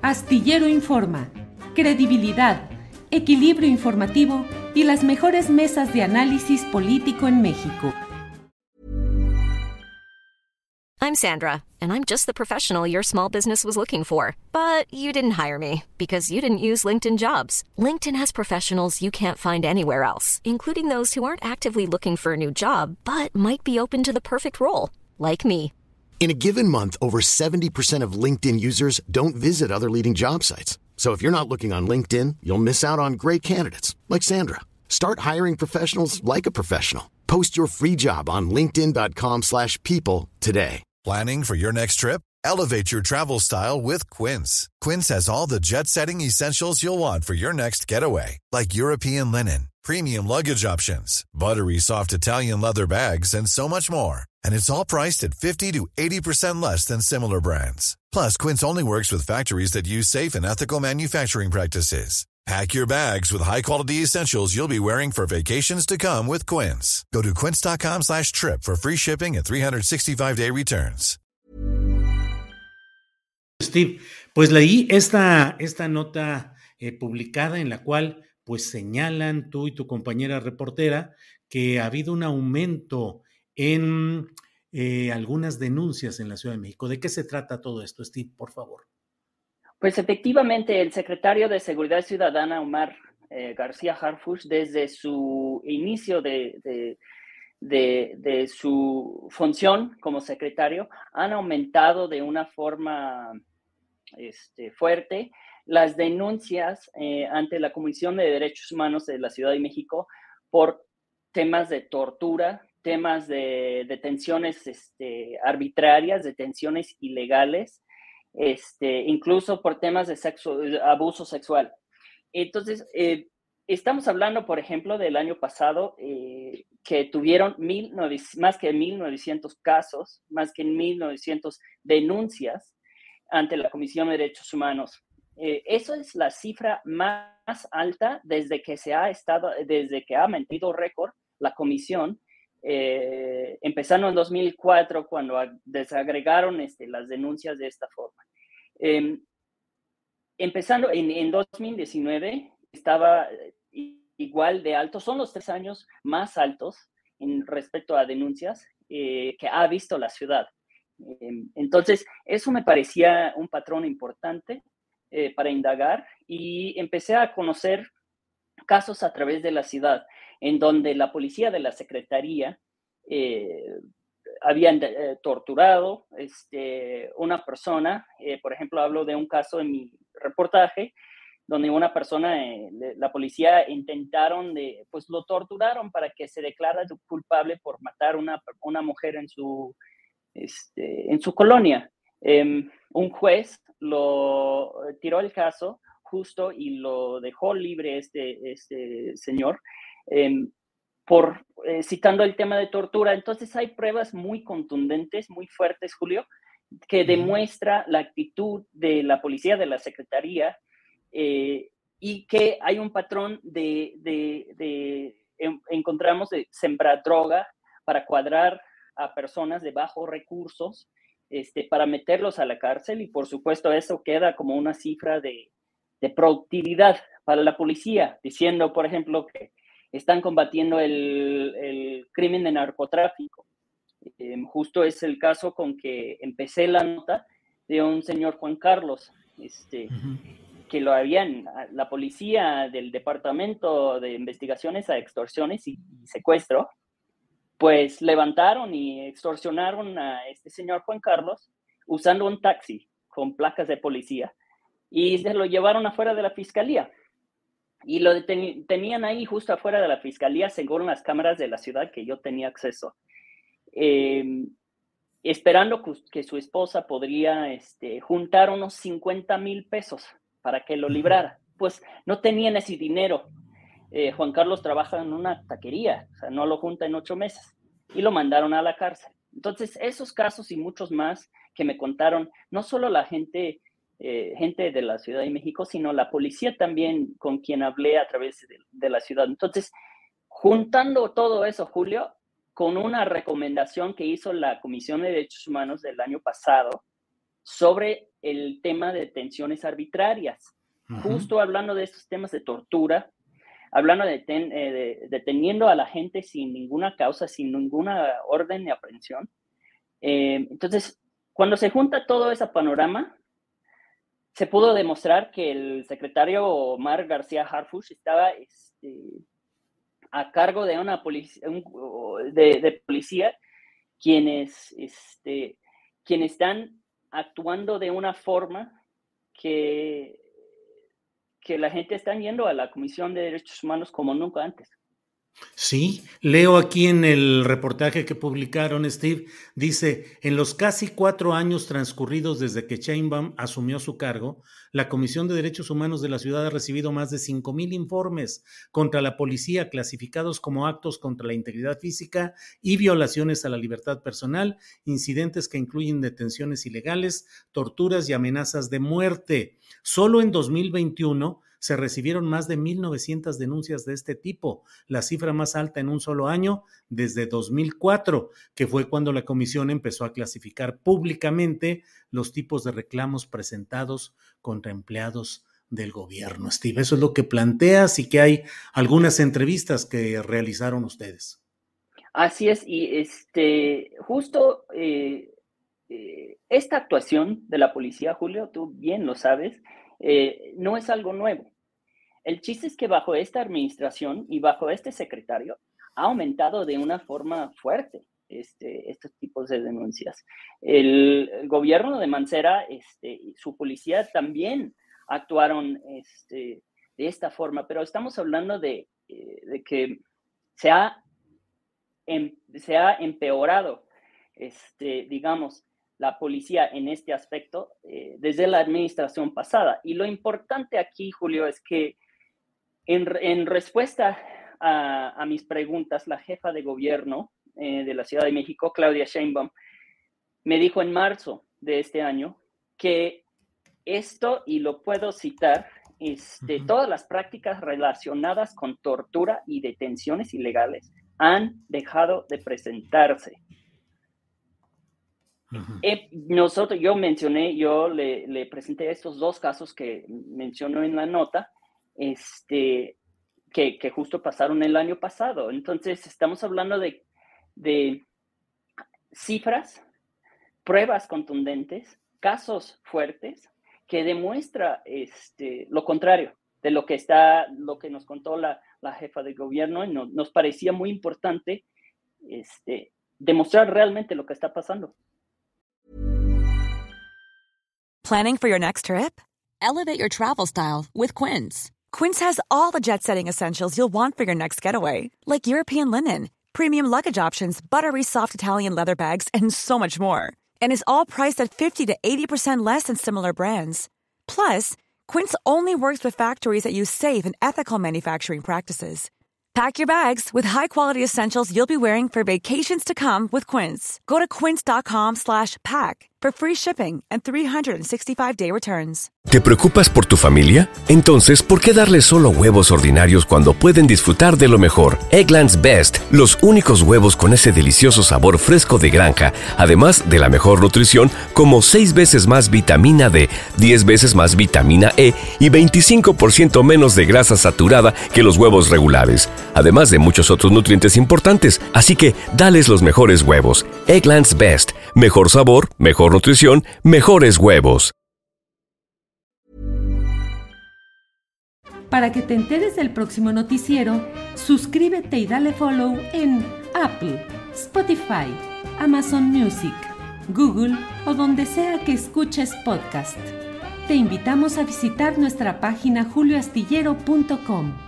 Astillero Informa, credibilidad, equilibrio informativo y las mejores mesas de análisis político en México. I'm Sandra, and I'm just the professional your small business was looking for. But you didn't hire me because you didn't use LinkedIn Jobs. LinkedIn has professionals you can't find anywhere else, including those who aren't actively looking for a new job, but might be open to the perfect role, like me. In a given month, over 70% of LinkedIn users don't visit other leading job sites. So if you're not looking on LinkedIn, you'll miss out on great candidates like Sandra. Start hiring professionals like a professional. Post your free job on linkedin.com/people today. Planning for your next trip? Elevate your travel style with Quince. Quince has all the jet-setting essentials you'll want for your next getaway, like European linen, premium luggage options, buttery soft Italian leather bags, and so much more. And it's all priced at 50 to 80% less than similar brands. Plus, Quince only works with factories that use safe and ethical manufacturing practices. Pack your bags with high-quality essentials you'll be wearing for vacations to come with Quince. Go to quince.com/trip for free shipping and 365-day returns. Steve, pues leí esta nota publicada en la cual pues señalan tú y tu compañera reportera que ha habido un aumento en algunas denuncias en la Ciudad de México. ¿De qué se trata todo esto, Steve, por favor? Pues efectivamente, el secretario de Seguridad Ciudadana, Omar García Harfuch, desde su inicio de su función como secretario, han aumentado de una forma fuerte las denuncias ante la Comisión de Derechos Humanos de la Ciudad de México por temas de tortura, temas de detenciones arbitrarias, detenciones ilegales, incluso por temas de abuso sexual. Entonces, estamos hablando, por ejemplo, del año pasado, que tuvieron más que 1,900 casos, más que 1,900 denuncias ante la Comisión de Derechos Humanos. Eso es la cifra más alta desde que ha mantenido récord la comisión, empezando en 2004, cuando desagregaron las denuncias de esta forma. Empezando en 2019, estaba igual de alto. Son los 3 años más altos en respecto a denuncias que ha visto la ciudad. Entonces, eso me parecía un patrón importante para indagar, y empecé a conocer casos a través de la ciudad en donde la policía de la Secretaría habían torturado una persona. Por ejemplo, hablo de un caso en mi reportaje donde una persona, la policía lo torturaron para que se declarara culpable por matar una mujer en su colonia. Un juez lo tiró el caso justo y lo dejó libre este señor, citando el tema de tortura. Entonces hay pruebas muy contundentes, muy fuertes, Julio, que demuestra la actitud de la policía de la Secretaría, y que hay un patrón encontramos de sembrar droga para cuadrar a personas de bajos recursos, para meterlos a la cárcel, y por supuesto eso queda como una cifra de productividad para la policía, diciendo, por ejemplo, que están combatiendo el crimen de narcotráfico. Justo es el caso con que empecé la nota de un señor Juan Carlos, que la policía del Departamento de Investigaciones a Extorsiones y Secuestro, pues levantaron y extorsionaron a este señor Juan Carlos usando un taxi con placas de policía, y se lo llevaron afuera de la fiscalía. Y lo tenían ahí justo afuera de la fiscalía, según las cámaras de la ciudad que yo tenía acceso, esperando que su esposa podría juntar unos 50,000 pesos para que lo librara. Pues no tenían ese dinero. Juan Carlos trabaja en una taquería, o sea, no lo junta en 8 meses, y lo mandaron a la cárcel. Entonces, esos casos y muchos más que me contaron, no solo la gente de la Ciudad de México, sino la policía también, con quien hablé a través de la ciudad. Entonces, juntando todo eso, Julio, con una recomendación que hizo la Comisión de Derechos Humanos del año pasado sobre el tema de detenciones arbitrarias, justo hablando de estos temas de tortura, hablando de deteniendo a la gente sin ninguna causa, sin ninguna orden de aprehensión. Entonces, cuando se junta todo ese panorama, se pudo demostrar que el secretario Omar García Harfuch estaba a cargo de una de policía quienes están actuando de una forma que la gente está yendo a la Comisión de Derechos Humanos como nunca antes. Sí, leo aquí en el reportaje que publicaron, Steve, dice, en los casi 4 años transcurridos desde que Sheinbaum asumió su cargo, la Comisión de Derechos Humanos de la ciudad ha recibido más de 5,000 informes contra la policía clasificados como actos contra la integridad física y violaciones a la libertad personal, incidentes que incluyen detenciones ilegales, torturas y amenazas de muerte. Solo en 2021 se recibieron más de 1,900 denuncias de este tipo, la cifra más alta en un solo año desde 2004, que fue cuando la comisión empezó a clasificar públicamente los tipos de reclamos presentados contra empleados del gobierno. Steve, eso es lo que planteas y que hay algunas entrevistas que realizaron ustedes. Así es, y justo esta actuación de la policía, Julio, tú bien lo sabes, no es algo nuevo. El chiste es que bajo esta administración y bajo este secretario ha aumentado de una forma fuerte estos tipos de denuncias. El gobierno de Mancera y su policía también actuaron de esta forma, pero estamos hablando de que se ha empeorado, digamos, la policía en este aspecto desde la administración pasada. Y lo importante aquí, Julio, es que en respuesta a mis preguntas, la jefa de gobierno de la Ciudad de México, Claudia Sheinbaum, me dijo en marzo de este año que esto, y lo puedo citar, todas las prácticas relacionadas con tortura y detenciones ilegales han dejado de presentarse. Yo le presenté estos 2 casos que menciono en la nota, que justo pasaron el año pasado. Entonces, estamos hablando de cifras, pruebas contundentes, casos fuertes, que demuestra lo contrario de lo que nos contó la jefa de gobierno, y nos parecía muy importante demostrar realmente lo que está pasando. Planning for your next trip? Elevate your travel style with Quince. Quince has all the jet-setting essentials you'll want for your next getaway, like European linen, premium luggage options, buttery soft Italian leather bags, and so much more. And is all priced at 50 to 80% less than similar brands. Plus, Quince only works with factories that use safe and ethical manufacturing practices. Pack your bags with high-quality essentials you'll be wearing for vacations to come with Quince. Go to quince.com/pack for free shipping and 365-day returns. ¿Te preocupas por tu familia? Entonces, ¿por qué darles solo huevos ordinarios cuando pueden disfrutar de lo mejor? Eggland's Best, los únicos huevos con ese delicioso sabor fresco de granja, además de la mejor nutrición, como 6 veces más vitamina D, 10 veces más vitamina E y 25% menos de grasa saturada que los huevos regulares, además de muchos otros nutrientes importantes. Así que, dales los mejores huevos. Eggland's Best, mejor sabor, mejor nutrición, mejores huevos. Para que te enteres del próximo noticiero, suscríbete y dale follow en Apple, Spotify, Amazon Music, Google o donde sea que escuches podcast. Te invitamos a visitar nuestra página julioastillero.com.